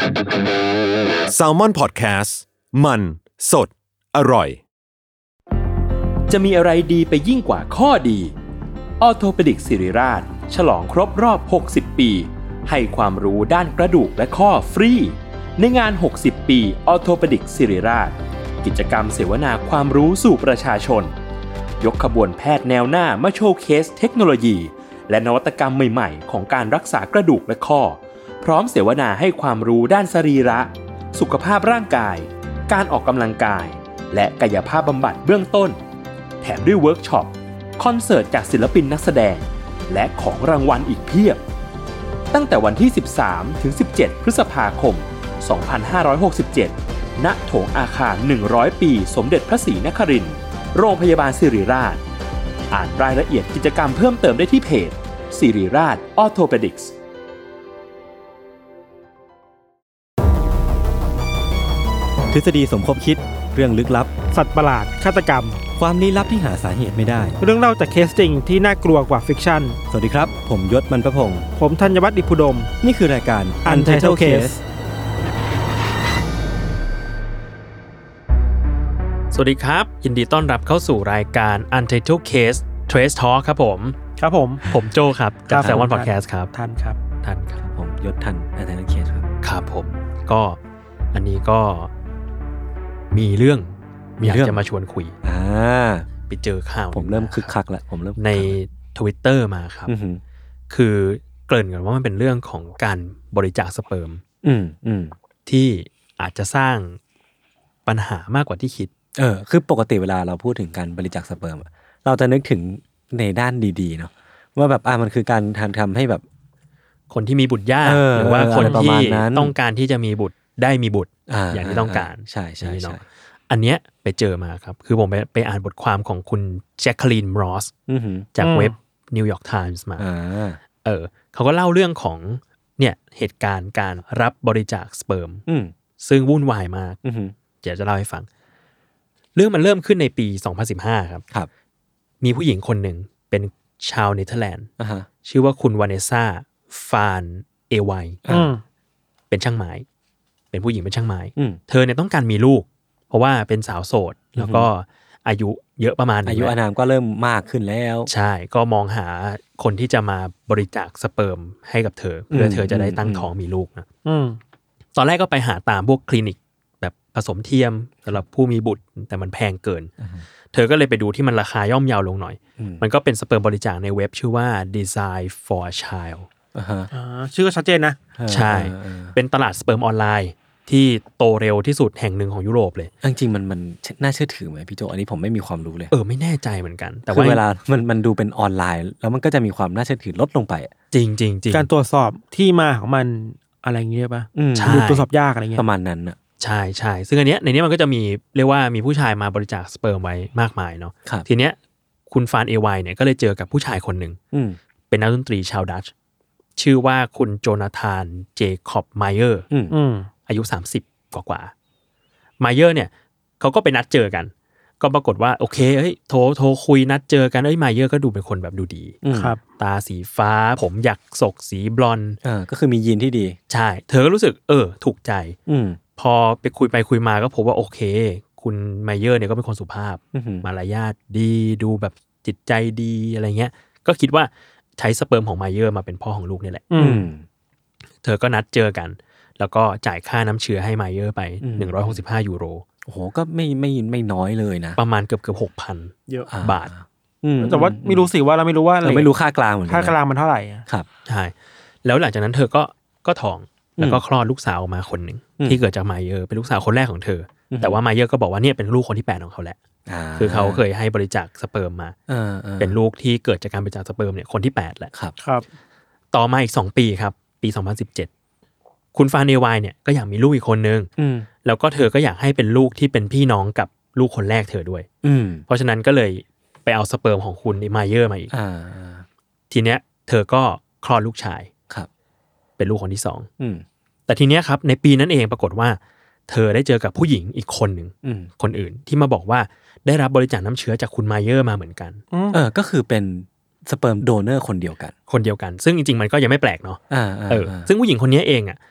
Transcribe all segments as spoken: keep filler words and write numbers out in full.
Salmon Podcast มันสดอร่อยจะมีอะไรดีไปยิ่งกว่าข้อดีออร์โธเพดิกศิริราชฉลองครบรอบหกสิบปีให้ความรู้ด้านกระดูกและข้อฟรีในงานหกสิบปีออร์โธเพดิกศิริราชกิจกรรมเสวนาความรู้สู่ประชาชนยกขบวนแพทย์แนวหน้ามาโชว์เคสเทคโนโลยีและนวัตกรรมใหม่ๆของการรักษากระดูกและข้อพร้อมเสวนาให้ความรู้ด้านสรีระสุขภาพร่างกายการออกกำลังกายและกายภาพบำบัดเบื้องต้นแถมด้วยเวิร์กช็อปคอนเสิร์ตจากศิลปินนักแสดงและของรางวัลอีกเพียบตั้งแต่วันที่สิบสามถึงสิบเจ็ดพฤษภาคมสองพันห้าร้อยหกสิบเจ็ดณโถงอาคารหนึ่งร้อยปีสมเด็จพระศรีนครินทร์โรงพยาบาลศิริราชอ่านรายละเอียดกิจกรรมเพิ่มเติมได้ที่เพจศิริราชออร์โธเพดิกส์ทฤษฎีสมคบคิดเรื่องลึกลับสัตว์ประหลาดฆาตกรรมความลี้ลับที่หาสาเหตุไม่ได้เรื่องเล่าจากเคสจริงที่น่ากลัวกว่าฟิกชั่นสวัสดีครับผมยศมันประพงษ์ผมธัญวัฒน์อิพุดมนี่คือรายการ Untitled Case สวัสดีครับยินดีต้อนรับเข้าสู่รายการ Untitled Case Trace Talk ครับผมครับผมผมโจครับจาก Salmon Podcast ครับท่านครับท่านครับผมยศทัน Untitled Case ครับครับผมก็อันนี้ก็มีเรื่องอยากจะมาชวนคุยอ่าไปเจอข่าวผมเริ่มคึกคักแล้วผมเริ่มใน Twitter มาครับคือเกริ่นก่อนว่ามันเป็นเรื่องของการบริจาคสเปิร์มอืมอืมที่อาจจะสร้างปัญหามากกว่าที่คิดเออคือปกติเวลาเราพูดถึงการบริจาคสเปิร์มเราจะนึกถึงในด้านดีๆเนาะว่าแบบอ่ะมันคือการทำทำให้แบบคนที่มีบุตรยากหรือว่าคนที่ต้องการที่จะมีบุตรได้มีบุตรอย่างที่ต้องการใช่ใช่ใช่อันเนี้ยไปเจอมาครับคือผมไปไปอ่านบทความของคุณแจ็คคลีนมรอสจากเว็บ New York Times มาเออเขาก็เล่าเรื่องของเนี่ยเหตุการณ์การรับบริจาคสเปิร์มซึ่งวุ่นวายมากเดี๋ยวจะเล่าให้ฟังเรื่องมันเริ่มขึ้นในปีสองพันสิบห้าครับครับมีผู้หญิงคนหนึ่งเป็นชาวเนเธอร์แลนด์ชื่อว่าคุณวาเนซ่าฟานเอไวเป็นช่างไม้เป็นผู้หญิงเป็นช่างไม้เธอเนี่ยต้องการมีลูกเพราะว่าเป็นสาวโสดแล้วก็อายุเยอะประมาณนึงอายุอานามก็เริ่มมากขึ้นแล้วใช่ก็มองหาคนที่จะมาบริจาคสเปิร์มให้กับเธอเพื่อเธอจะได้ตั้งท้องมีลูกนะตอนแรกก็ไปหาตามพวกคลินิกแบบผสมเทียมสำหรับผู้มีบุตรแต่มันแพงเกินเธอก็เลยไปดูที่มันราคาย่อมเยาลงหน่อยมันก็เป็นสเปิร์มบริจาคในเว็บชื่อว่า Design for a Child อ่าชื่อก็ชัดเจนนะใช่เป็นตลาดสเปิร์มออนไลน์ที่โตเร็วที่สุดแห่งหนึ่งของยุโรปเลยจริงๆมันมันน่าเชื่อถือไหมพี่โจอันนี้ผมไม่มีความรู้เลยเออไม่แน่ใจเหมือนกันแต่ว่าเวลามันมันดูเป็นออนไลน์แล้วมันก็จะมีความน่าเชื่อถือลดลงไปจริงจริงจริงการตรวจสอบที่มาของมันอะไรเงี้ยป่ะดูตรวจสอบยากอะไรเงี้ยประมาณนั้นอ่ะใช่ใช่ซึ่งอันเนี้ยในนี้มันก็จะมีเรียกว่ามีผู้ชายมาบริจาคสเปิร์มไว้มากมายเนาะทีเนี้ยคุณฟานเอไวเนี่ยก็เลยเจอกับผู้ชายคนหนึ่งเป็นนักดนตรีชาวดัตช์ชื่อว่าคุณโจนาธานเจคอบไมเออร์อายุสามสิบกว่าๆไมเออร์เนี่ยเขาก็ไปนัดเจอกันก็ปรากฏว่าโอเคเฮ้ยโทรโทรคุยนัดเจอกันเอ้ยไมเออร์ก็ดูเป็นคนแบบดูดีครับตาสีฟ้าผมหยักศกสีบลอนด์อ่าก็คือมียีนที่ดีใช่เธอก็รู้สึกเออถูกใจพอไปคุยไปคุยมาก็พบว่าโอเคคุณไมเออร์เนี่ยก็เป็นคนสุภาพมารยาทดีดูแบบจิตใจดีอะไรเงี้ยก็คิดว่าใช้สเปิร์มของไมเออร์มาเป็นพ่อของลูกนี่แหละเธอก็นัดเจอกันแล้วก็จ่ายค่าน้ำเชื้อให้ไมเออร์ไปหนึ่งร้อยหกสิบห้ายูโรโอ้โหก็ไม่ไม่ไม่น้อยเลยนะประมาณเกือบเกือบ หกพัน บาทแต่ว่าไม่รู้สิว่าเราไม่รู้ว่าเราไม่รู้ค่ากลางเหมือนกันค่ากลางมันเท่าไหร่ครับใช่แล้วหลังจากนั้นเธอก็ก็ท้องแล้วก็คลอดลูกสาวออกมาคนหนึ่งที่เกิดจากไมเออร์เป็นลูกสาวคนแรกของเธอแต่ว่าไมเออร์ก็บอกว่าเนี่ยเป็นลูกคนที่แปดของเขาแหละคือเขาเคยให้บริจาคสเปิร์มมาเป็นลูกที่เกิดจากการบริจาคสเปิร์มเนี่ยคนที่แปดแหละครับครับต่อมาอีกสองปีครับปีสองพันสิบเจ็ดคุณฟานเอไวเนี่ยก็อยากมีลูกอีกคนนึงแล้วก็เธอก็อยากให้เป็นลูกที่เป็นพี่น้องกับลูกคนแรกเธอด้วยเพราะฉะนั้นก็เลยไปเอาสเปิร์มของคุณไมเออร์มาอีกทีเนี้ยเธอก็คลอดลูกชายเป็นลูกคนที่สองแต่ทีเนี้ยครับในปีนั้นเองปรากฏว่าเธอได้เจอกับผู้หญิงอีกคนหนึ่งคนอื่นที่มาบอกว่าได้รับบริจาคน้ำเชื้อจากคุณไมเออร์มาเหมือนกันเออก็คือเป็นสเปิร์มโดเนอร์คนเดียวกันคนเดียวกันซึ่งจริงๆมันก็ยังไม่แปลกเนาะเออซึ่งผู้หญิงคนนี้เองอ่ะ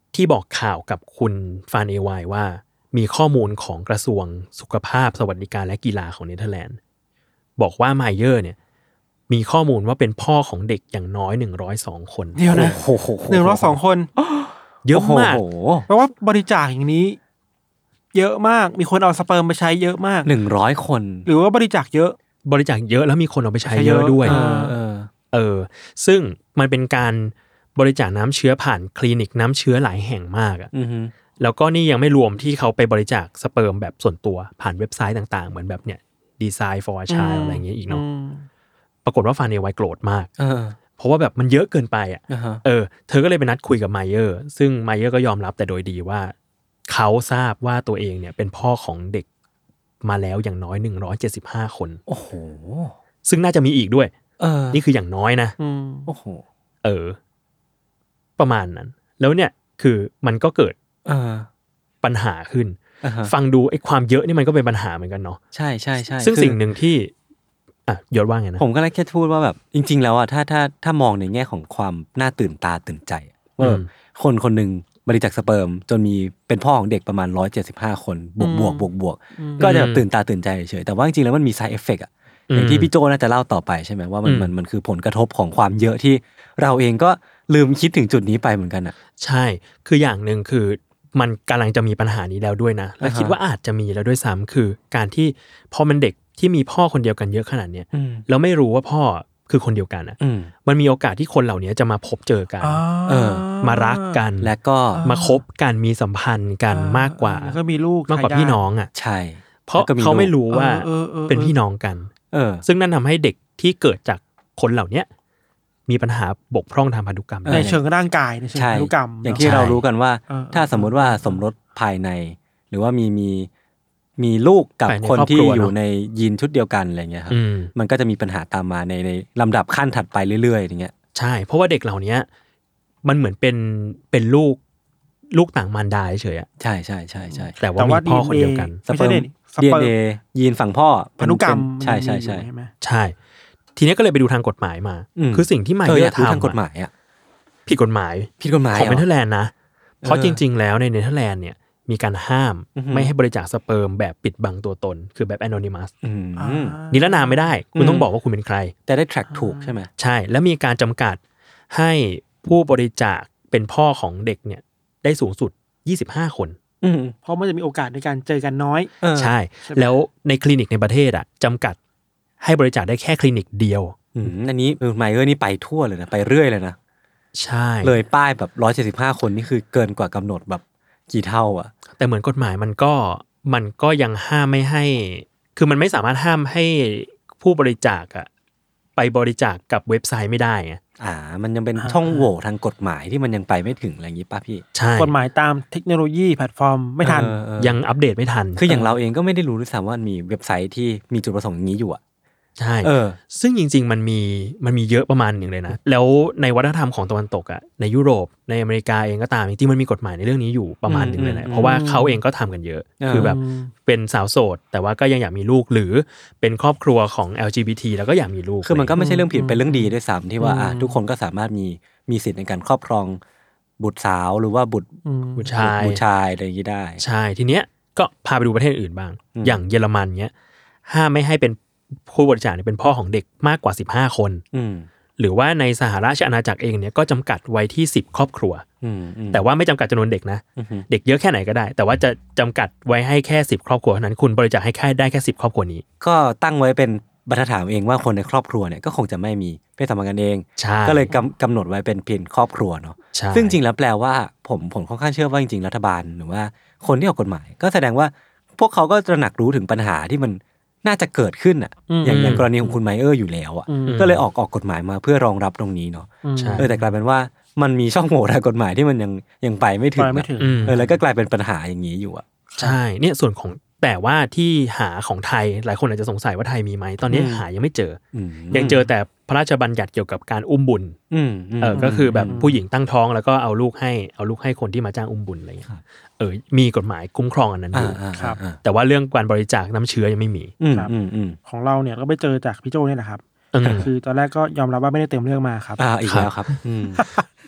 ที่บอกข่าวกับคุณฟานเอไวว่ามีข้อมูลของกระทรวงสุขภาพสวัสดิการและกีฬาของเนเธอร์แลนด์บอกว่าไมเยอร์เนี่ยมีข้อมูลว่าเป็นพ่อของเด็กอย่างน้อยหนึ่งร้อยสองคนเดียวนะหนึ่งร้อยสองคนเยอะมากแปลว่าบริจาคอย่างนี้เยอะมากมีคนเอาสเปิร์มไปใช้เยอะมากหนึ่งร้อยคนหรือว่าบริจาคเยอะบริจาคเยอะแล้วมีคนเอาไปใช้เยอะด้วยเออเออซึ่งมันเป็นการบริจาคน้ำเชื้อผ่านคลินิกน้ำเชื้อหลายแห่งมากอ่ะแล้วก็นี่ยังไม่รวมที่เขาไปบริจาคสเปิร์มแบบส่วนตัวผ่านเว็บไซต์ต่างๆเหมือนแบบเนี่ย Design for a Child อะไรอย่างเงี้ยอีกเนาะปรากฏว่าฟานเนลไวโกรธมากเพราะว่าแบบมันเยอะเกินไปอ่ะเออเธอก็เลยไปนัดคุยกับไมเยอร์ซึ่งไมเยอร์ก็ยอมรับแต่โดยดีว่าเขาทราบว่าตัวเองเนี่ยเป็นพ่อของเด็กมาแล้วอย่างน้อยหนึ่งร้อยเจ็ดสิบห้าคนโอ้โหซึ่งน่าจะมีอีกด้วยเออนี่คืออย่างน้อยนะโอ้โหเออประมาณนั้นแล้วเนี่ยคือมันก็เกิดปัญหาขึ้นฟังดูไอ้ความเยอะนี่มันก็เป็นปัญหาเหมือนกันเนาะใช่ใช่ใช่ซึ่งสิ่งหนึ่งที่อ่ะยศว่าไงนะผมก็เลยแค่พูดว่าแบบจริงๆแล้วอ่ะถ้าถ้าถ้ามองในแง่ของความน่าตื่นตาตื่นใจว่าคนคนหนึ่งบริจาคสเปิร์มจนมีเป็นพ่อของเด็กประมาณหนึ่งร้อยเจ็ดสิบห้าคนบวกบวกบวกบวกก็จะตื่นตาตื่นใจเฉยแต่ว่าจริงๆแล้วมันมี side effect อ่ะอย่างที่พี่โจน่าจะเล่าต่อไปใช่ไหมว่ามันมันมันคือผลกระทบของความเยอะที่เราเองก็ลืมคิดถึงจุดนี้ไปเหมือนกันอ่ะใช่คืออย่างนึงคือมันกำลังจะมีปัญหานี้แล้วด้วยนะและคิดว่าอาจจะมีแล้วด้วยซ้ำคือการที่พอมันเด็กที่มีพ่อคนเดียวกันเยอะขนาดเนี้ยแล้วไม่รู้ว่าพ่อคือคนเดียวกันอ่ะมันมีโอกาสที่คนเหล่านี้จะมาพบเจอกันเออมารักกันและก็มาคบกันมีสัมพันธ์กันมากกว่าก็มีลูกมากกว่าพี่น้องอ่ะใช่เพราะเขาไม่รู้ว่าเป็นพี่น้องกันเออซึ่งนั่นทำให้เด็กที่เกิดจากคนเหล่านี้มีปัญหาบกพร่องทางพันธุกรรมในเชิงร่างกายในเชิงพันธุกรรมอย่างที่เรารู้กันว่าถ้าสมมติว่าสมรสภายในหรือว่ามีมีมีลูกกับคนที่อยู่ในยีนชุดเดียวกันอะไรเงี้ยครับมันก็จะมีปัญหาตามมาในในลำดับขั้นถัดไปเรื่อยๆอย่างเงี้ยใช่เพราะว่าเด็กเหล่านี้มันเหมือนเป็นเป็นลูกลูกต่างมารดาเฉยๆอ่ะใช่ใช่ใช่ใช่แต่ว่ามีพ่อคนเดียวกันสเปิร์ม ดี เอ็น เอ ยีนฝั่งพ่อพันธุกรรมใช่ใช่ใช่ใช่ทีนี้ก็เลยไปดูทางกฎหมายมาคือสิ่งที่ไมเยอร์ทำทางกฎหมายอ่ะผิดกฎหมายผิดกฎหมายของเนเธอร์แลนด์นะเพราะจริงๆแล้วในเนเธอร์แลนด์เนี่ยมีการห้ามไม่ให้บริจาคสเปิร์มแบบปิดบังตัวตนคือแบบ anonymous นิรนามไม่ได้คุณต้องบอกว่าคุณเป็นใครแต่ได้ track ถูกใช่ไหมใช่แล้วมีการจำกัดให้ผู้บริจาคเป็นพ่อของเด็กเนี่ยได้สูงสุดยี่สิบห้าคนเพราะมันจะมีโอกาสในการเจอกันน้อยใช่แล้วในคลินิกในประเทศอ่ะจำกัดให้บริจาคได้แค่คลินิกเดียวอันนี้ไมเออร์นี่ไปทั่วเลยนะไปเรื่อยเลยนะใช่เลยป้ายแบบหนึ่งร้อยเจ็ดสิบห้าคนนี่คือเกินกว่ากำหนดแบบกี่เท่าอ่ะแต่เหมือนกฎหมายมันก็มันก็ยังห้ามไม่ให้คือมันไม่สามารถห้ามให้ผู้บริจาคอ่ะไปบริจาคกับเว็บไซต์ไม่ได้ไงอ่ามันยังเป็นช่องโหว่ทางกฎหมายที่มันยังไปไม่ถึงอะไรอย่างงี้ป่ะพี่ใช่กฎหมายตามเทคโนโลยีแพลตฟอร์มไม่ทันยังอัปเดตไม่ทันคืออย่างเราเองก็ไม่ได้รู้ด้วยซ้ำว่ามีเว็บไซต์ที่มีจุดประสงค์อย่างนี้อยู่อ่ะใช่ซึ่งจริงๆมันมีมันมีเยอะประมาณหนึ่งเลยนะแล้วในวัฒนธรรมของตะวันตกอ่ะในยุโรปในอเมริกาเองก็ตามจริงๆมันมีกฎหมายในเรื่องนี้อยู่ประมาณหนึ่งเลยแหละเพราะว่าเขาเองก็ทำกันเยอะคือแบบเป็นสาวโสดแต่ว่าก็ยังอยากมีลูกหรือเป็นครอบครัวของ แอล จี บี ที แล้วก็อยากมีลูกคือมันก็ไม่ใช่เรื่องผิดเป็นเรื่องดีด้วยซ้ำที่ว่าทุกคนก็สามารถมีมีสิทธิ์ในการครอบครองบุตรสาวหรือว่าบุตรบุตรชายบุตรชายอะไรอย่างนี้ได้ใช่ทีเนี้ยก็พาไปดูประเทศอื่นบ้างอย่างเยอรมันเนี้ยห้ามไม่ให้เป็นผู้บริจาคเป็นพ่อของเด็กมากกว่าสิบห้าคนหรือว่าในสหราชอาณาจักรเองเนี่ยก็จำกัดไว้ที่สิบครอบครัวแต่ว่าไม่จำกัดจำนวนเด็กนะเด็กเยอะแค่ไหนก็ได้แต่ว่าจะจำกัดไว้ให้แค่สิบครอบครัวเท่านั้นคุณบริจาคให้แค่ได้แค่สิบครอบครัวนี้ก็ตั้งไว้เป็นบรรทัดฐานเองว่าคนในครอบครัวเนี่ยก็คงจะไม่มีเพศสัมพันธ์กันเองก็เลยกำกำหนดไว้เป็นเพียงครอบครัวเนาะซึ่งจริงแล้วแปลว่าผมผมค่อนข้างเชื่อว่าจริงๆรัฐบาลหรือว่าคนที่ออกกฎหมายก็แสดงว่าพวกเขาก็ตระหนักรู้ถึงปัญหาที่มันน่าจะเกิดขึ้นอ่ะอย่างอย่างกรณีของคุณไมเออร์อยู่แล้วอ่ะก็เลยออกออกกฎหมายมาเพื่อรองรับตรงนี้เนาะเออแต่กลายเป็นว่ามันมีช่องโหว่ทางกฎหมายที่มันยังยังไปไม่ถึงเออแล้วก็กลายเป็นปัญหาอย่างนี้อยู่อ่ะใช่เนี่ยส่วนของแต่ว่าที่หาของไทยหลายคนอาจจะสงสัยว่าไทยมีไหมตอนนี้หายังไม่เจอยังเจอแต่พระราชบัญญัติเกี่ยวกับการอุ้มบุญเออก็คือแบบผู้หญิงตั้งท้องแล้วก็เอาลูกให้เอาลูกให้คนที่มาจ้างอุ้มบุญอะไรอย่างเงี้ยเออมีกฎหมายคุ้มครองอันนั้นอยู่แต่ว่าเรื่องการบริจาคน้ำเชื้อยังไม่มีของเราเนี่ยก็ไปเจอจากพี่โจเนี่ยแหละครับคือตอนแรกก็ยอมรับว่าไม่ได้เต็มเรื่องมาครับอ่าอีกแล้วครับ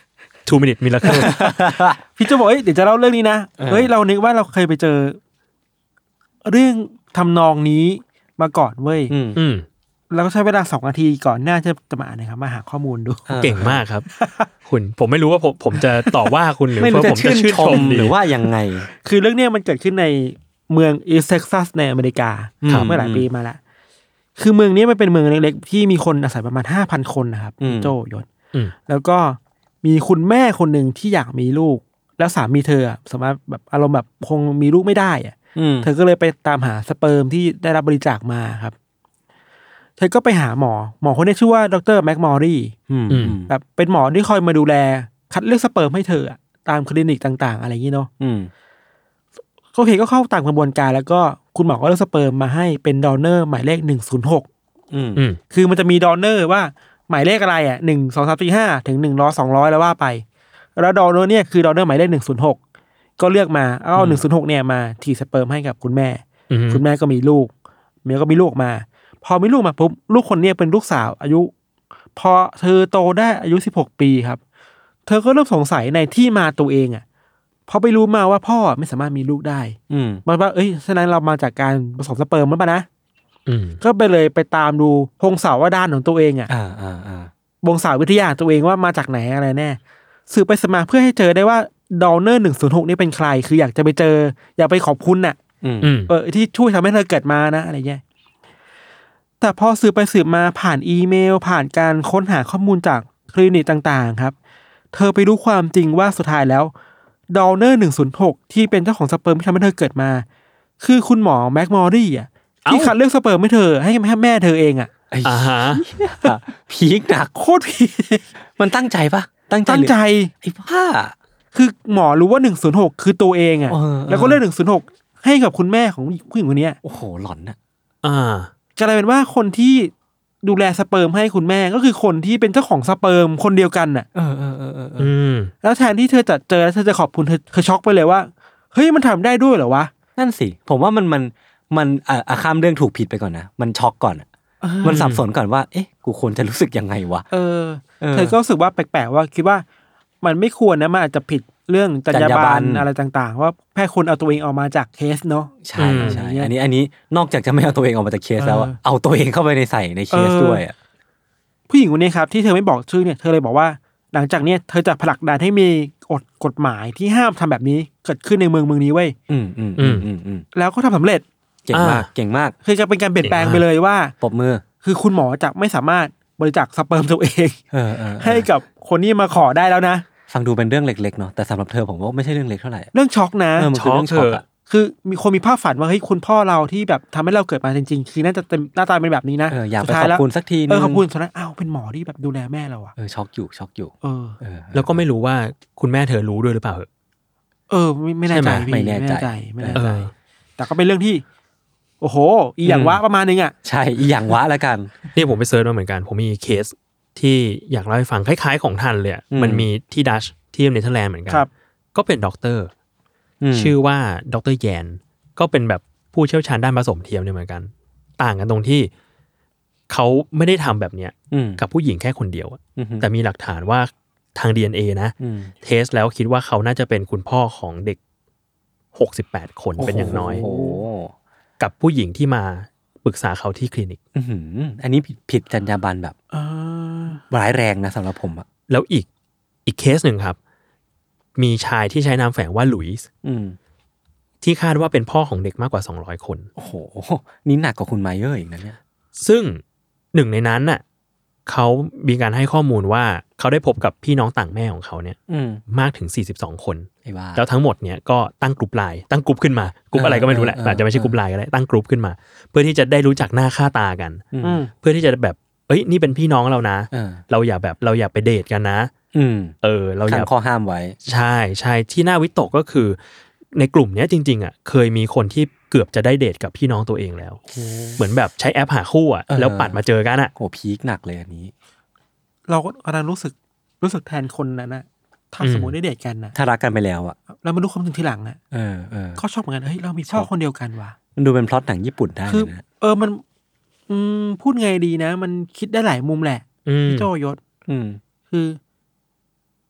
two minute miracle พี่โจบอกเอ้ยเดี๋ยวจะเล่าเรื่องนี้นะเฮ้ยเรานึกว่าเราเคยไปเจอเรื่องทำนองนี้มาก่อนเว้ยอืมแล้วก็ใช้เวลาสองนาทีก่อนหน้าจะจะมาอ่านนะครับมาหาข้อมูลดูเก่งมากครับคุณผมไม่รู้ว่าผมผมจะต่อว่าคุณหรือว่าผมจะชื่นชมหรือว่ายังไงคือเรื่องนี้มันเกิดขึ้นในเมืองอีสต์เท็กซัสในอเมริกาเมื่อหลายปีมาแล้วคือเมืองนี้มันเป็นเมืองเล็กๆที่มีคนอาศัยประมาณ ห้าพัน คนนะครับโจยศแล้วก็มีคุณแม่คนหนึ่งที่อยากมีลูกแล้วสามีเธอสามารถแบบอารมณ์แบบคงมีลูกไม่ได้อ่ะเธอก็เลยไปตามหาสเปิร์มที่ได้รับบริจาคมาครับเธอก็ไปหาหมอหมอคนนี้ชื่อว่าดรแม็กมอรี่แบบเป็นหมอที่คอยมาดูแลคัดเลือกสเปิร์มให้เธอตามคลินิกต่างๆอะไรอย่างนี้เนาะโอเคก็เข้าตามกระบวนการแล้วก็คุณหมอก็เลือกสเปิร์มมาให้เป็นดอเนอร์หมายเลขหนึ่งศูนย์หกคือมันจะมีดอเนอร์ว่าหมายเลขอะไรอ่ะหนึ่งสองสามสี่ห้าถึงหนึ่งร้อยสองร้อยแล้วว่าไปแล้วดอเนอร์เนี่ยคือดอเนอร์หมายเลขหนึ่งศูนย์หกก็เลือกมาเอาหนึ่งศูนย์หกเนี่ยมาฉีดสเปิร์มให้กับคุณแม่คุณแม่ก็มีลูกเมียก็มีลูกมาพอมีลูกมาปุ๊บลูกคนนี้เป็นลูกสาวอายุพอเธอโตได้อายุสิบหกปีครับเธอก็เริ่มสงสัยในที่มาตัวเองอ่ะพอไปรู้มาว่าพ่อไม่สามารถมีลูกได้มันว่าเอ้ยฉะนั้นเรามาจากการผสมสเปิร์มมั้ยปะนะก็ไปเลยไปตามดูวงศาวดารของตัวเองอ่ะวงศาวิทยาตัวเองว่ามาจากไหนอะไรแน่สืบไปสืบมาเพื่อให้เจอได้ว่าดอเนอร์หนึ่งศูนย์หกนี่เป็นใครคืออยากจะไปเจออยากไปขอบคุณน่ะเออที่ช่วยทำให้เธอเกิดมานะอะไรเงี้ยแต่พอสืบไปสืบมาผ่านอีเมลผ่านการค้นหาข้อมูลจากคลินิกต่างๆครับเธอไปรู้ความจริงว่าสุดท้ายแล้วดอเนอร์หนึ่งศูนย์หกที่เป็นเจ้าของสเปิร์มที่ทำให้เธอเกิดมาคือคุณหมอแม็กมอรี่อ่ะที่คัดเลือกสเปิร์มให้เธอให้แม่เธอเองอ่ะอ่าฮะพีคหนักโคตรพีคมันตั้งใจปะตั้งใจตั้งใจไอ้บ้าคือหมอรู้ว่าหนึ่งศูนย์หกคือตัวเองอ่ะแล้วก็เลือกหนึ่งศูนย์หกให้กับคุณแม่ของผู้หญิงคนนี้โอ้โหหลอนน่ะอ่ากลายเป็นว่าคนที่ดูแลสเปิร์มให้คุณแม่ก็คือคนที่เป็นเจ้าของสเปิร์มคนเดียวกันน่ะเออเออเออเออแล้วแทนที่เธอจะเจอแล้วเธอจะขอบคุณเธอเธอช็อกไปเลยว่าเฮ้ยมันทำได้ด้วยเหรอวะนั่นสิผมว่ามันมันมันอ่ะข้ามเรื่องถูกผิดไปก่อนนะมันช็อกก่อนอ่ะมันสับสนก่อนว่าเอ๊ะกูควรจะรู้สึกยังไงวะเออเธอก็รู้สึกว่าแปลกๆว่าคิดว่ามันไม่ควรนะมันอาจจะผิดเรื่องจรรยาบรรณอะไรต่างๆว่าแพทย์คนเอาตัวเองออกมาจากเคสเนาะใช่ใช่อันนี้อันนี้นอกจากจะไม่เอาตัวเองออกมาจากเคสแล้วเอาตัวเองเข้าไปในใส่ในเคสด้วยอ่ะผู้หญิงคนนี้ครับที่เธอไม่บอกชื่อเนี่ยเธอเลยบอกว่าหลังจากนี้เธอจะผลักดันให้มีกฎกฎหมายที่ห้ามทำแบบนี้เกิดขึ้นในเมืองเมืองนี้เว้ยอืมอืมอืมอืมแล้วก็ทำสำเร็จเก่งมากเก่งมากคือจะเป็นการเปลี่ยนแปลงไปเลยว่าปรบมือคือคุณหมอจะไม่สามารถบริจาคสเปิร์มตัวเองให้กับคนที่มาขอได้แล้วนะฟังดูเป็นเรื่องเล็กๆเนาะแต่สำหรับเธอผมว่าไม่ใช่เรื่องเล็กเท่าไหร่เรื่องช็อกนะช็อกเธอคือมีคนมีภาพฝันว่าเฮ้ยคุณพ่อเราที่แบบทำให้เราเกิดมาจริงๆคือน่าจะหน้าตาเป็นแบบนี้นะอยากไปขอบคุณสักทีนึงเออขอบคุณสุดท้ายอ้าวเป็นหมอที่แบบดูแลแม่เราอ่ะเออช็อกอยู่ช็อกอยู่เออแล้วก็ไม่รู้ว่าคุณแม่เธอรู้ด้วยหรือเปล่าเออไม่ไม่แน่ใจไม่แน่ใจไม่แน่ใจแต่ก็เป็นเรื่องที่โอ้โหอีอย่างวะประมาณนึงอ่ะใช่อีอย่างวะแล้วกันนี่ผมไปเซิร์ชมาเหมือนกันผมมีเคสที่อยากเล่าให้ฟังคล้ายๆของทันเลยมันมีที่ดัชที่เนเธอร์แลนด์เหมือนกันก็เป็นด็อกเตอร์ชื่อว่าดรแยนก็เป็นแบบผู้เชี่ยวชาญด้านผสมเทียมเนี่ยเหมือนกันต่างกันตรงที่เขาไม่ได้ทำแบบเนี้ยกับผู้หญิงแค่คนเดียวแต่มีหลักฐานว่าทาง ดี เอ็น เอ นะเทสแล้วคิดว่าเขาน่าจะเป็นคุณพ่อของเด็กหกสิบแปดคนเป็นอย่างน้อยกับผู้หญิงที่มาปรึกษาเขาที่คลินิกอันนี้ผิดผิดจรรยาบรรณแบบร้ายแรงนะสำหรับผมอะแล้วอีกอีกเคสหนึ่งครับมีชายที่ใช้นามแฝงว่าหลุยส์ที่คาดว่าเป็นพ่อของเด็กมากกว่าสองร้อยคนโอ้โหนี่หนักกว่าคุณไมเออร์อีกนะเนี่ยซึ่งหนึ่งในนั้นน่ะเขามีการให้ข้อมูลว่าเขาได้พบกับพี่น้องต่างแม่ของเขาเนี่ยมากถึงสี่สิบสองคนแล้วทั้งหมดเนี่ยก็ตั้งกลุ่มไลน์ตั้งกลุ่มขึ้นมากลุ่มอะไรก็ไม่รู้แหละอาจจะไม่ใช่กลุ่มไลน์ก็ได้ตั้งกลุ่มขึ้นมาเพื่อที่จะได้รู้จักหน้าค่าตากันเพื่อที่จะแบบเอ้ยนี่เป็นพี่น้องเรานะเราอย่าแบบเราอย่าไปเดทกันนะเออเราอย่าข้อห้ามไว้ใช่ใช่ที่น่าวิตกก็คือในกลุ่มนี้จริงๆอ่ะเคยมีคนที่เกือบจะได้เดทกับพี่น้องตัวเองแล้วเหมือนแบบใช้แอปหาคู่อ่ะแล้วปัดมาเจอกันอ่ะโหพีคหนักเลยอันนี้เราก็กำลังรู้สึกรู้สึกแทนคนนั้นนะถ้าสมมติได้เดทกันนะถ้ารักกันไปแล้วอ่ะแล้วมารู้ความจริงทีหลังอ่ะเออเออเขาชอบเหมือนกันเฮ้ยเรามีพ่อคนเดียวกันว่ะมันดูเป็นพล็อตหนังญี่ปุ่นได้นะเออมันอืมพูดไงดีนะมันคิดได้หลายมุมแหละพี่โจยศคือ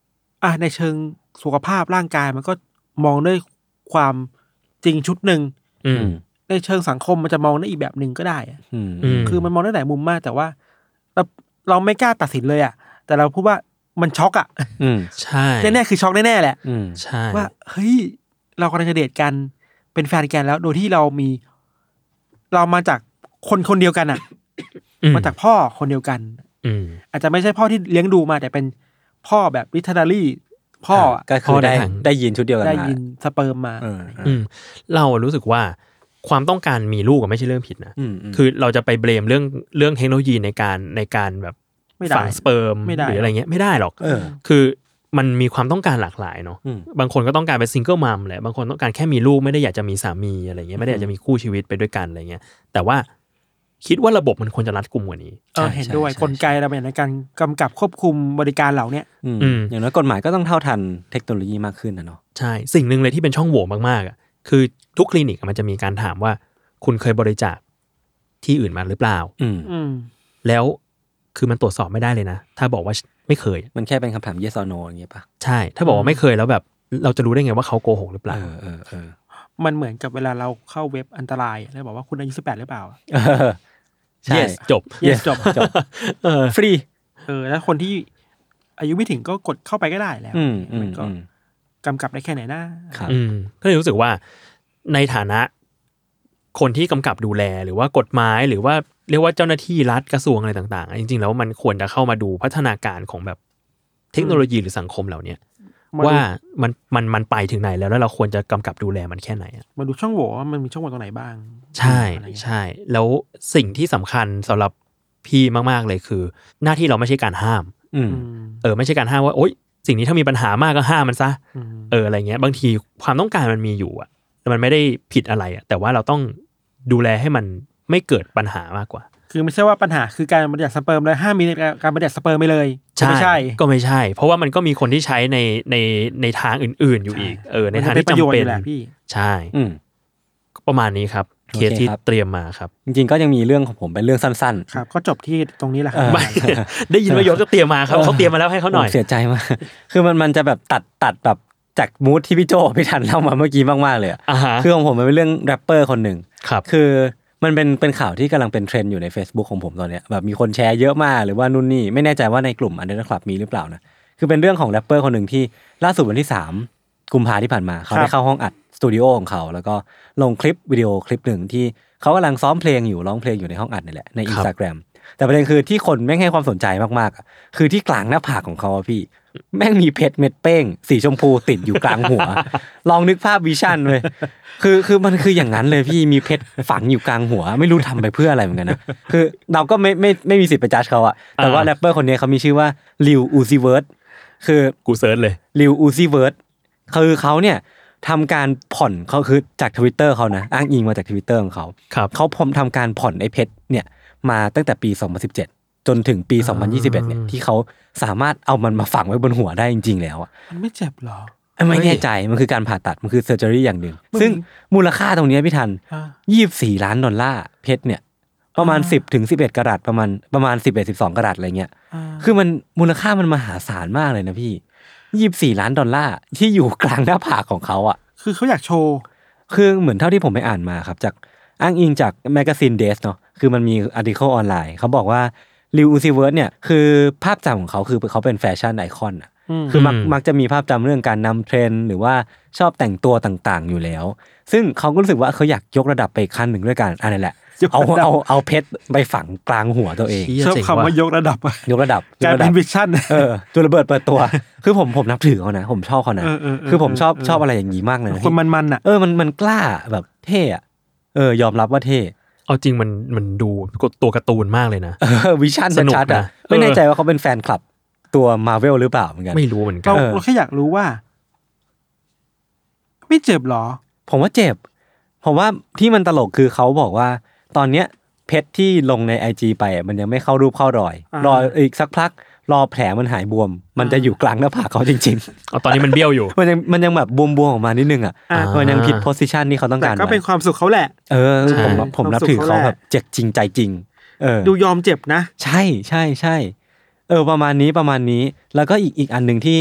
อ่ะในเชิงสุขภาพร่างกายมันก็มองด้วยความจริงชุดหนึ่งในเชิงสังคมมันจะมองได้อีกแบบหนึ่งก็ได้คือมันมองได้หลายมุมมากแต่ว่าเราเราไม่กล้าตัดสินเลยอ่ะแต่เราพูดว่ามันช็อกอ่ะใช่แน่ๆคือช็อกแน่ๆแหละใช่ว่าเฮ้ยเรากำลังจะเดทกันเป็นแฟนกันแล้วโดยที่เรามีเรามาจากคนคนเดียวกันอ่ะมาจากพ่อคนเดียวกันอาจจะไม่ใช่พ่อที่เลี้ยงดูมาแต่เป็นพ่อแบบลิทเทอรี่พ่อก็คือได้ได้ยินชุดเดียวกันมาได้ยินสเปิร์มมาเรารู้สึกว่าความต้องการมีลูกก็ไม่ใช่เรื่องผิดนะคือเราจะไปเบลมเรื่องเรื่องเทคโนโลยีในการในการแบบฝังสเปิร์มหรืออะไรเงี้ยไม่ได้หรอกคือมันมีความต้องการหลากหลายเนาะบางคนก็ต้องการเป็นซิงเกิลมัมแหละบางคนต้องการแค่มีลูกไม่ได้อยากจะมีสามีอะไรเงี้ยไม่ได้อยากจะมีคู่ชีวิตไปด้วยกันอะไรเงี้ยแต่ว่าคิดว่าระบบมันควรจะรัดกุมกว่านี้เออเห็นด้วยกลไกระเบียบในการกำกับควบคุมบริการเหล่านี้อย่างน้อยกฎหมายก็ต้องเท่าทันเทคโนโลยีมากขึ้นนะเนาะใช่สิ่งนึงเลยที่เป็นช่องโหว่มากๆอ่ะคือทุกคลินิกมันจะมีการถามว่าคุณเคยบริจาคที่อื่นมาหรือเปล่าแล้วคือมันตรวจสอบไม่ได้เลยนะถ้าบอกว่าไม่เคยมันแค่เป็นคำถาม yes or no อย่างเงี้ยป่ะใช่ถ้าบอกว่าไม่เคยแล้วแบบเราจะรู้ได้ไงว่าเขาโกหกหรือเปล่าเออเออเออมันเหมือนกับเวลาเราเข้าเว็บอันตรายแล้วบอกว่าคุณอายุสิบแปดหรือเปล่าใช่ yes จบ yes จบจบเออฟรีเออแล้วคนที่อายุไม่ถึงก็กดเข้าไปก็ได้แล้วมันก็กำกับได้แค่ไหนนะครับก็เลยรู้สึกว่าในฐานะคนที่กำกับดูแลหรือว่ากฎหมายหรือว่าเรียกว่าเจ้าหน้าที่รัฐกระทรวงอะไรต่างๆจริงๆแล้วมันควรจะเข้ามาดูพัฒนาการของแบบเทคโนโลยีหรือสังคมเหล่านี้ว่ามันมันมันไปถึงไหนแล้วแล้วเราควรจะกำกับดูแลมันแค่ไหนอ่ะมาดูช่องโหว่ว่ามันมีช่องโหว่ตรงไหนบ้างใช่ใช่แล้วสิ่งที่สำคัญสำหรับพี่มากๆเลยคือหน้าที่เราไม่ใช่การห้ามเออไม่ใช่การห้ามว่าโอ๊ยสิ่งนี้ถ้ามีปัญหามากก็ห้ามมันซะเอออะไรเงี้ยบางทีความต้องการมันมีอยู่อ่ะแต่มันไม่ได้ผิดอะไรอ่ะแต่ว่าเราต้องดูแลให้มันไม่เกิดปัญหามากกว่าคือไม่ใช่ว่าปัญหาคือการบริจาคสเปิร์มเลยห้ามมีการบริจาคสเปิร์มไปเลยไม่ใช่ก็ไม่ใช่เพราะว่ามันก็มีคนที่ใช้ในในในทางอื่นๆอยู่อีกเออในทางที่จำเป็นใช่ประมาณนี้ครับเคสที่เตรียมมาครับจริงๆก็ยังมีเรื่องของผมเป็นเรื่องสั้นๆครับก็จบที่ตรงนี้แหละครับได้ยินว่ายศก็เตรียมมาครับเขาเตรียมมาแล้วให้เขาหน่อยเสียใจมากคือมันมันจะแบบตัดตัดแบบจากมูดที่พี่โจพี่ทันเล่ามาเมื่อกี้มากๆเลยอ่ะคือของผมมันเป็นเรื่องแรปเปอร์คนหนึ่งคือมันเป็นเป็นข่าวที่กำลังเป็นเทรนด์อยู่ใน Facebook ของผมตอนเนี้ยแบบมีคนแชร์เยอะมากหรือว่านู่นนี่ไม่แน่ใจว่าในกลุ่ม Underdog Club มีหรือเปล่านะคือเป็นเรื่องของแรปเปอร์คนหนึ่งที่ล่าสุดวันที่สามกุมภาพันธ์ที่ผ่านมาเขาได้เข้าห้องอัดสตูดิโอของเขาแล้วก็ลงคลิปวิดีโอคลิปหนึ่งที่เขากำลังซ้อมเพลงอยู่ร้องเพลงอยู่ในห้องอัดนี่แหละใน Instagram แต่ประเด็นคือที่คนแม่งให้ความสนใจมากๆคือที่กลางหน้าผากของเขาพี่แม่งมีเพชรเม็ดเป้งสีชมพูติดอยู่กลางหัวลองนึกภาพวิชั่นเลยคือคือมันคืออย่างนั้นเลยพี่มีเพชรฝังอยู่กลางหัวไม่รู้ทำไปเพื่ออะไรเหมือนกันนะคือเราก็ไม่ไม่ไม่มีสิทธิ์ไปจัดเขาอะแต่ว่าแรปเปอร์คนนี้เขามีชื่อว่าลิวอูซิเวิร์ดคือกูเซิร์ชเลยลิวอูซิเวิร์ดคือเขาเนี่ยทำการผ่อนเขาคือจาก Twitter เขานะอ้างอิงมาจาก Twitter ของเขาเขาพร้อมทำการผ่อนไอ้เพชรเนี่ยมาตั้งแต่ปีสองพันสิบเจ็ดจนถึงปีสองพันยี่สิบเอ็ดเนี่ยที่เขาสามารถเอามันมาฝังไว้บนหัวได้จริงๆแล้วอ่ะมันไม่เจ็บหรอไม่แน่ใจมันคือการผ่าตัดมันคือเซอร์เจอรี่อย่างหนึ่งซึ่งมูลค่าตรงนี้พี่ทันยี่สิบสี่ล้านดอลลาร์เพชรเนี่ยประมาณสิบถึงสิบเอ็ดกะรัตประมาณประมาณสิบเอ็ด สิบสองกะรัตอะไรเงี้ยคือมันมูลค่ามันมหาศาลมากเลยนะพี่ยี่สิบสี่ล้านดอลลาร์ที่อยู่กลางหน้าผากของเขาอ่ะคือเขาอยากโชว์คือเหมือนเท่าที่ผมไปอ่านมาครับจากอ้างอิงจากแมกกาซีนเดสเนาะคือมันมีอาร์ติเคิลออนไลน์เขาบอกว่าลิวอูซิเวิร์ดเนี่ยคือภาพจำของเขาคือเขาเป็นแฟชั่นไอคอนอ่ะคือมักมักจะมีภาพจำเรื่องการนำเทรนด์หรือว่าชอบแต่งตัวต่างๆอยู่แล้วซึ่งเขาก็รู้สึกว่าเขาอยากยกระดับไปขั้นหนึ่งด้วยกันอันนั้นแหละเอาเอาเอาเพชรไปฝังกลางหัวตัวเองชอบคำว่ายกระดับยกระดับการเป็นวิชั่นเออตัวระเบิดเปิดตัวคือผมผมนับถือเขานะผมชอบเขานะคือผมชอบชอบอะไรอย่างนี้มากเลยคนมันๆอ่ะเออมันมันกล้าแบบเท่อะเออยอมรับว่าเท่เอาจริงมันมันดูตัวการ์ตูนมากเลยนะวิชั่นชัดๆอ่ะไม่แน่ใจว่าเขาเป็นแฟนคลับตัว Marvel หรือเปล่าเหมือนกันไม่รู้เหมือนกันเราแค่อยากรู้ว่าไม่เจ็บหรอผมว่าเจ็บผมว่าที่มันตลกคือเขาบอกว่าตอนเนี้ยเพชรที่ลงใน ไอ จี ไปมันยังไม่เข้ารูปเข้ารอยรออีกสักพักรอแผลมันหายบวมมันจะอยู่กลางหน้าผากเขาจริงๆอ๋อตอนนี้มันเบี้ยวอยู่มันยังมันยังแบบบวมๆออกมานิดนึงอ่ะมันยังผิดโพสิชันที่เขาต้องการแต่ก็เป็นความสุขเขาแหละเออผมผมนับถือเขาแบบเจ็บจริงใจจริงเออดูยอมเจ็บนะใช่ใช่ใช่เออประมาณนี้ประมาณนี้แล้วก็อีกอีกอันนึงที่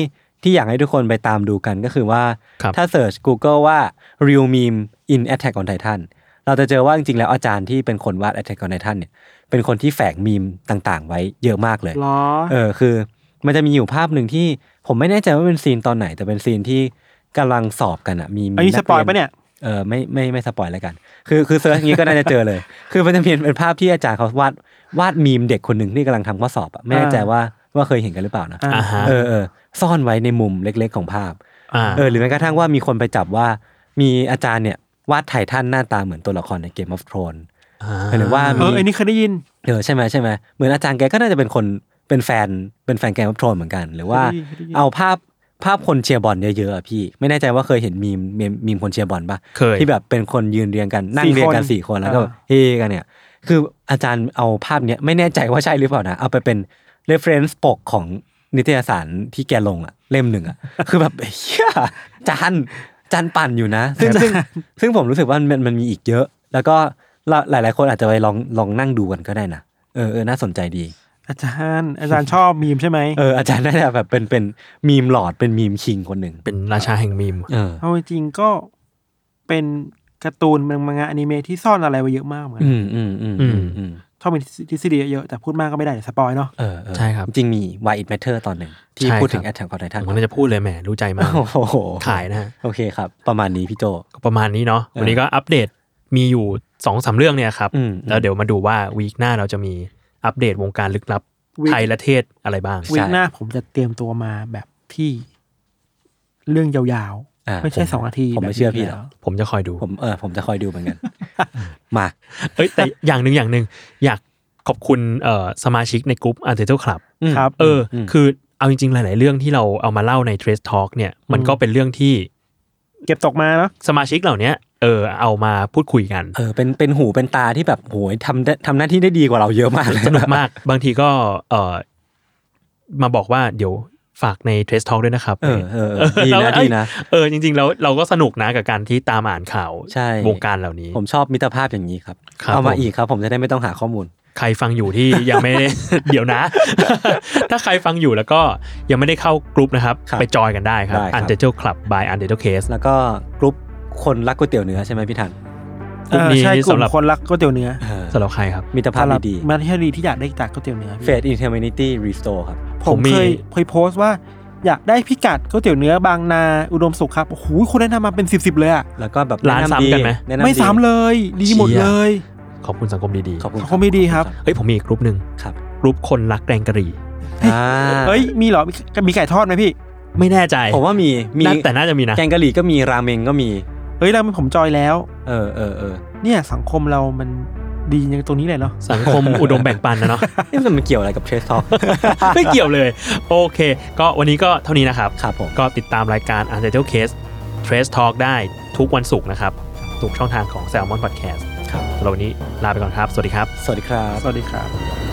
ที่อยากให้ทุกคนไปตามดูกันก็คือว่าครับถ้าเสิร์ช Google ว่า real meme in Attack on Titan เราจะเจอว่าจริงๆแล้วอาจารย์ที่เป็นคนวาด Attack on Titan เนี่ยเป็นคนที่แฝงมีมต่างๆไว้เยอะมากเลยหรอเออคือมันจะมีอยู่ภาพหนึ่งที่ผมไม่แน่ใจว่าเป็นซีนตอนไหนแต่เป็นซีนที่กำลังสอบกันอ่ะมีมีอันนี้สปอยล์ปะเนี่ยเออไม่ไม่ไม่สปอยล์แล้วกันคือคือเซิร์ชอย่างนี้ก็น่าจะเจอเลย คือมันจะเป็นเป็นภาพที่อาจารย์เขาวาดวาดมีมเด็กคนหนึ่งที่กำลังทำข้อสอบอ่ะไม่แน่ใจว่าว่าเคยเห็นกันหรือเปล่านะอ่าฮะเออเออซ่อนไว้ในมุมเล็กๆของภาพอ่าเออหรือแม้กระทั่งว่ามีคนไปจับว่ามีอาจารย์เนี่ยวาดไททันหน้าตาเหมือนตัวละครใน Game of Thrones หรือว่าเอมีอไอ้นี่เคยได้ยินเออใช่ไหมใช่ไหมเหมือนอาจารย์แกก็น่าจะเป็นคนเป็นแฟนเป็นแฟน Game of Thrones เหมือนกันหรือว่าเคยได้ยินเคยได้ยินเอาภาพภาพคนเชียร์บอลเยอะๆอะพี่ไม่แน่ใจว่าเคยเห็นมีมมีมมีมคนเชียร์บอลป่ะเคยที่แบบเป็นคนยืนเรียงกันนั่งเรียงกันสี่คนแล้วก็เฮกันเนี่ยคืออาจารย์เอาภาพเนี้ยไม่แน่ใจว่าใช่หรือเปล่านะเอาไปเป็น reference ปกของนิตยสารที่แกลงอะเล่มหนึ่งอะคือแบบเฮียจานจานปั่นอยู่นะซึ่งซึ่งซึ่งผมรู้สึกว่ามันมันมีอีกเยอะ แล้วก็หลายๆคนอาจจะไปลองลองนั่งดูกันก็ได้นะเออเออน่าสนใจดีอาจารย์อาจารย์ชอบมีมใช่ไหมเอออาจารย์น่าจะแบบเป็นเป็นมีมหลอดเป็นมีมคิงคนหนึ่งเป็นราชาแห่งมีมเออเอาจริงๆก็เป็นการ์ตูนมังงะอนิเมะที่ซ่อนอะไรไว้เยอะมากเหมือนกันอืมอืมอืมอืมอืมชอบมีทฤษฎีเยอะแต่พูดมากก็ไม่ได้เดี๋ยวสปอยเนาะเออเออใช่ครับจริงมี Why It Matter ตอนหนึ่งที่ใช่พูดถึงครับ Attack on Titan ผมก็น่าจะพูดเลยแหมรู้ใจมากโอ้โหขายนะฮะโอเคครับ ประมาณนี้พี่โจก็ประมาณนี้เนาะวันนี้ก็อัปเดตมีอยู่สองสามเรื่องเนี่ยครับอืมแล้วเดี๋ยวมาดูว่าวีคหน้าเราจะมีอัปเดตวงการลึกลับไทยและเทศอะไรบ้างวีคหน้าผมจะเตรียมตัวมาแบบที่เรื่องยาวอ่าๆ ไม่ใช่สองนาทีผมไม่เชื่อพี่หรอกผมจะคอยดูผมเออผมจะคอยดูเหมือนกัน มาเอ้ยแต่อย่างหนึ่งอย่างหนึ่งอยากขอบคุณเอ่อสมาชิกในกลุ่ม Untitled Club ครับเอออคือเอาจริงๆหลายๆเรื่องที่เราเอามาเล่าใน Trace Talk เนี่ยมันก็เป็นเรื่องที่เก็บตกมาเนาะสมาชิกเหล่านี้เออเอามาพูดคุยกันเออเป็นเป็นหูเป็นตาที่แบบโหยทำได้ทำหน้าที่ได้ดีกว่าเราเยอะมากเลยสนุกมาก บางทีก็เออมาบอกว่าเดี๋ยวฝากใน Trace Talk ด้วยนะครับเออเออเออดีนะแล้วดีนะเออจริงๆแล้วเราก็สนุกนะกับการที่ตามอ่านข่าวใช่วงการเหล่านี้ผมชอบมิตรภาพอย่างนี้ครับครับเอามาผมอีกครับ ผมจะได้ไม่ต้องหาข้อมูลใครฟังอยู่ที่ยังไม่ เดี๋ยวนะ ถ้าใครฟังอยู่แล้วก็ยังไม่ได้เข้ากลุ่มนะครับครับไปจอยกันได้ครับได้ครับ Untitled Club by Untitled Case แล้วก็กรุ๊ปคนรักก๋วยเตี๋ยวเนื้อใช่ไหมพี่ทันกลุ่มนี้เออใช่กลุ่สำมหรับคนรักก๋วยเตี๋ยวเนื้อสำหรับใครครับมิตรภาพสำหรับดีมาที่ดีที่อยากได้จากก๋วยเตี๋ยวเนื้อๆ Faith in Humanity Restore ครับผผมมมีเคยเคยโพสต์ว่าอยากได้พิกัดก๋วยเตี๋ยวเนื้อบางนาอุดมสุขครับโอ้โหคนแนะนำมาเป็นสิบสิบเลยอะแล้วก็แบบร้านแะำซ้ำกันไหมแะำไม่ดีซ้ำเลยดีหมดเลยขอบคุณสังคมดีขอบคุณเขาไม่ดีครับๆเฮ้ยผมมีอีกกลุ่มหนึ่งครับกลุ่มคนรักแกงกะหรี่อ่าเฮ้ยมีเหรอมีมีไก่ทอดไหมพี่ไม่แน่ใจผมว่ามีมีน่าแต่น่าจะมีนะแกงกะหรี่ก็มีราเมงก็มีเฮ้ยเราผมจอยแล้วเออเออเออเนี่ยสังคมเรามันดีอย่างตรงนี้เลยเนาะสังคมอุดมแบ่งปันนะเนาะนี่มันเกี่ยวอะไรกับ Trace Talk ไม่เกี่ยวเลย โอเค ก็วันนี้ก็เท่านี้นะครับครับผมก็ติดตามรายการ Untitled Case Trace Talk ได้ทุกวันศุกร์นะครับ ทุกช่องทางของ Salmon Podcast ครับสำหรับวันนี้ลาไปก่อนครับ สวัสดีครับสวัสดีครับสวัสดีครับ